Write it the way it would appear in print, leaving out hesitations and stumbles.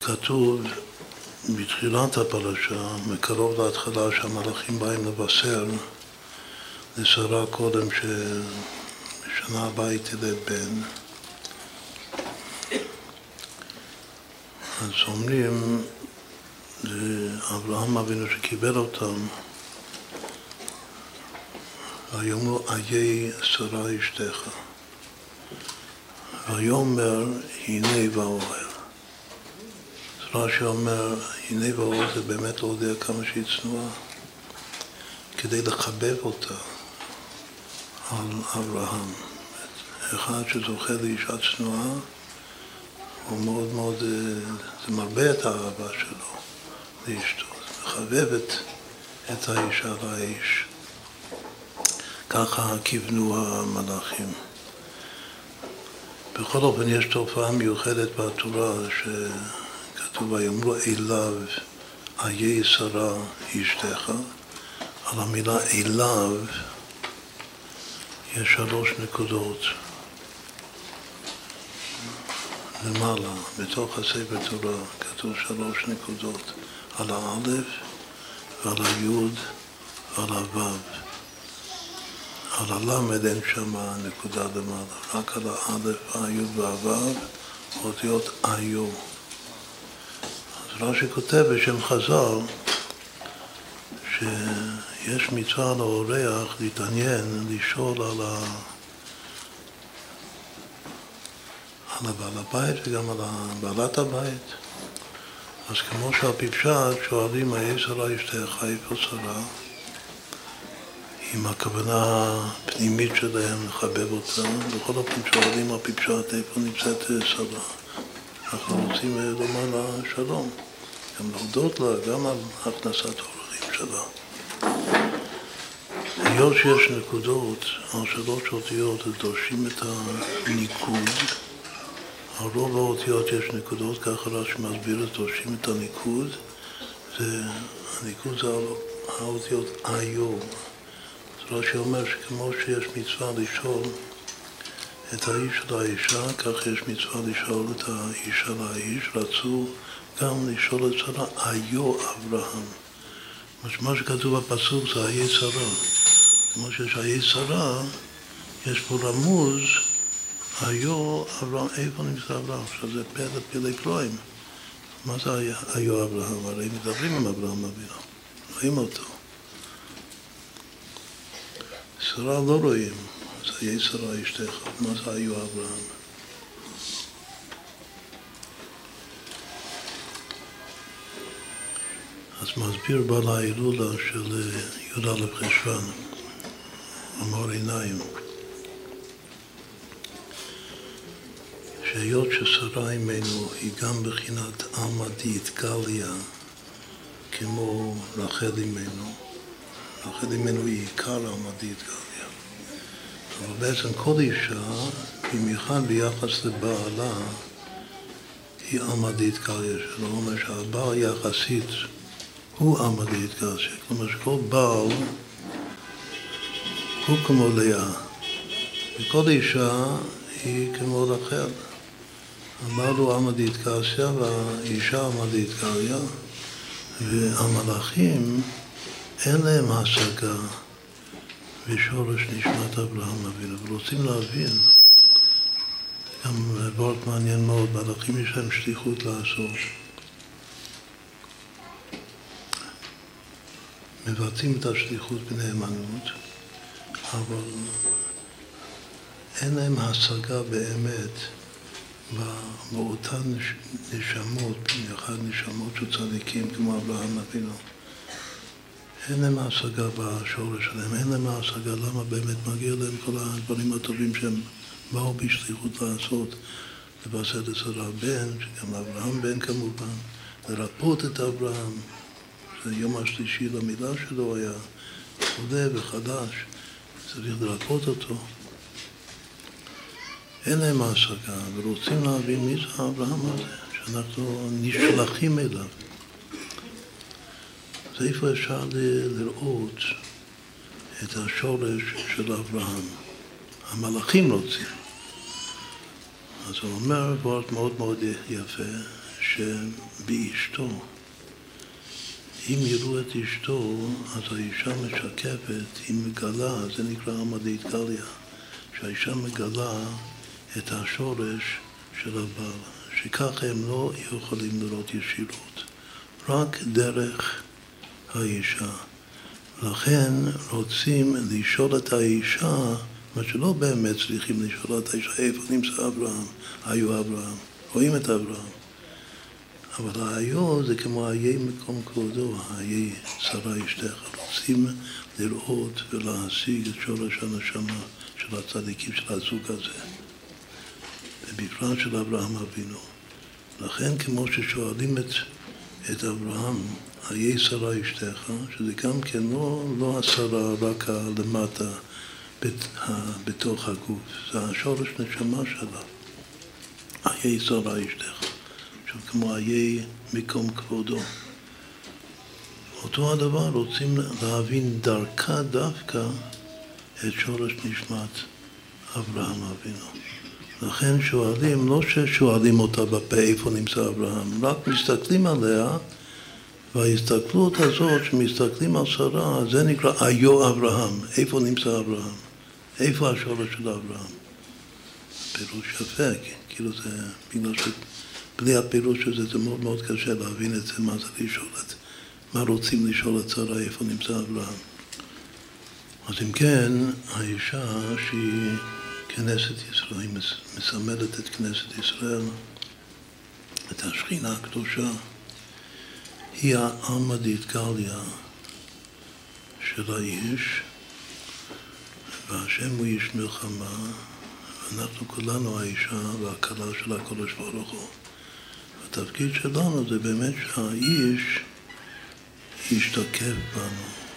כתוב בתחילת הפרשה, מקרוב להתחלה, שהמלאכים באים לבשר לשרה קודם שבשנה הבאה היא תלד בן. אז אומרים, זה אברהם אבינו שקיבל אותם, ויאמרו איי שרה אשתך. ויאמר הנה באוהל. רש"י אומר, הנה באוהל זה באמת לא יודע כמה שהיא צנועה, כדי לחבב אותה על אברהם. אחד שזוכה לאישה צנועה, הוא מאוד מאוד, זה מרבה את האהבה שלו לאשתו, זה מחבב את האישה לאיש. ככה כיוונו המלאכים. בכל אופן יש תופעה מיוחדת בתורה שכתוב ויאמרו אליו איי שרה אשתך. על המילה אליו יש 3 נקודות למעלה, בתוך הספר תורה כתוב 3 נקודות, על האלף ועל היוד ועל הוו. על הלמד אין שם נקודה למעלה, רק על האלף, היוד והוו, אותיות איו. אז רש"י כותב בשם חז"ל שיש מצווה לאורח להתעניין, לשאול על בעל הבית וגם על בעלת הבית. אז כמו שעל-פי פשט שואלים איי שרה אשתך, איפה שרה? עם הכוונה הפנימית שלהם לחבב אותם, בכל אופן שואלים על פי פשט איפה נמצאת שרה. אנחנו רוצים לומר לה שלום, גם להודות לה, גם על הכנסת האורחים שלה. היות שיש נקודות על 3 אותיות, אז דורשים את הניקוד. על רוב האותיות יש נקודות, ככה רש"י מסביר, דורשים את הניקוד. הניקוד זה על האותיות איו. רש"י אומר שכמו שיש מצווה לשאול את האיש של האישה, כך יש מצווה לשאול את האישה לאיש. רצו גם לשאול את שרה איו אברהם. מה שכתוב בפסוק זה איי שרה. כמו שיש איי שרה, יש פה רמוז איו אברהם. איפה נמצא אברהם? עכשיו זה פלא פלואים. מה זה איו אברהם? הרי מדברים עם אברהם אבינו, רואים אותו. שרה לא רואים, אז איי שרה אשתך. מה זה איו אברהם? אז מסביר בעל ההילולה של י"א חשוון, אמר עיניים, שהיות ששרה אימנו היא גם בחינת עמדית גליה, כמו רחל אימנו. רחל אימנו היא עיקר עמדית גליה. אבל בעצם כל אישה, במיוחד ביחס לבעלה, היא עמדית גליה, שלא אומר שהבעל יחסית הוא עמדית גליה. כלומר שכל בעל הוא כמו לאה, וכל אישה היא כמו רחל. הבעל הוא עמדית גליה והאישה עמדית גליה, והמלאכים אין להם השגה בשורש נשמת אברהם אבינו, ורוצים להבין, גם דבר מעניין מאוד, מלאכים יש להם שליחות לעשות. מבצעים את השליחות בנאמנות, אבל אין להם השגה באמת באותן נשמות, במיוחד נשמות של צדיקים כמו אברהם אבינו. אין להם השגה בשורש שלהם, אין להם השגה למה באמת מגיע להם כל הדברים הטובים שהם באו בשליחות לעשות, לבשר לשרה בן, שגם אברהם בן כמובן, לרפות את אברהם, זה יום השלישי למילה שלו היה חולה וחדש, צריך לרפות אותו. אין להם השגה, ורוצים להבין מי זה אברהם הזה, שאנחנו נשלחים אליו. אז איפה אפשר לראות את השורש של אברהם? המלאכים רוצים. אז הוא אומר דבר מאוד מאוד יפה, שבאשתו, אם יראו את אשתו, אז האישה משקפת, היא מגלה, זה נקרא עלמא דאיתגליא, שהאישה מגלה את השורש של הבעל, שככה הם לא יכולים לראות ישירות, רק דרך האישה. לכן רוצים לשאול את האישה, מה שלא באמת צריכים לשאול את האישה, איפה נמצא אברהם? היו אברהם, רואים את אברהם. אבל היו זה כמו היה מקום כבודו, היה שרה אשתך. רוצים לראות ולהשיג את שורש הנשמה של הצדיקים של הזוג הזה, ובפרט של אברהם אבינו. לכן כמו ששואלים את אברהם, היה שרה אשתך, שזה גם כן לא השרה רק למטה בתוך הגוף, זה השורש נשמה שלה. היה שרה אשתך, עכשיו כמו היה מקום כבודו. אותו הדבר רוצים להבין דרכה דווקא את שורש נשמת אברהם אבינו. לכן שואלים, לא ששואלים אותה בפה איפה נמצא אברהם, רק מסתכלים עליה, וההסתכלות הזאת שמסתכלים על שרה, זה נקרא היו אברהם, איפה נמצא אברהם, איפה השורש של אברהם. פירוש יפה, כאילו זה, בגלל שבלי הפירוש הזה זה מאוד מאוד קשה להבין את זה, מה זה לשאול את, מה רוצים לשאול את שרה, איפה נמצא אברהם. אז אם כן, האישה שהיא כנסת ישראל, היא מסמלת את כנסת ישראל, את השכינה הקדושה, היא העלמא דאיתגליא של האיש, והשם הוא איש מלחמה, ואנחנו כולנו האישה והכלה של הקדוש ברוך הוא. התפקיד שלנו זה באמת שהאיש ישתקף בנו.